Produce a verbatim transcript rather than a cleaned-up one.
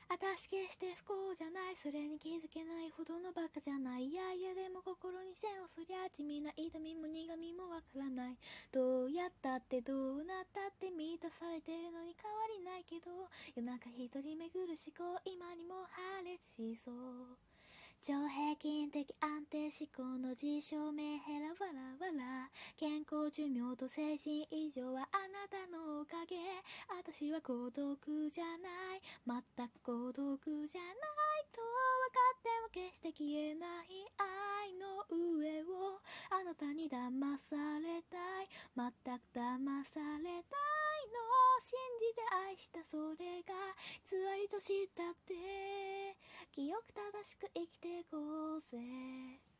私決して不幸じゃない。それに気づけないほどのバカじゃない。いやいやでも心に線をすりゃ地味な痛みも苦みもわからない。どうやったってどうなったって満たされてるのに変わりないけど、夜中一人巡る思考今にも破裂しそう。超平均的安定思考の自証明ヘラワラワラ。健康寿命と精神異常はあなたのおかげ。私は孤独じゃない、全く孤独じゃないと分かっても決して消えない愛の上をあなたに騙されたい、全く騙されたいの。信じて愛したそれが偽りと知ったって、清く正しく生きてこうぜ。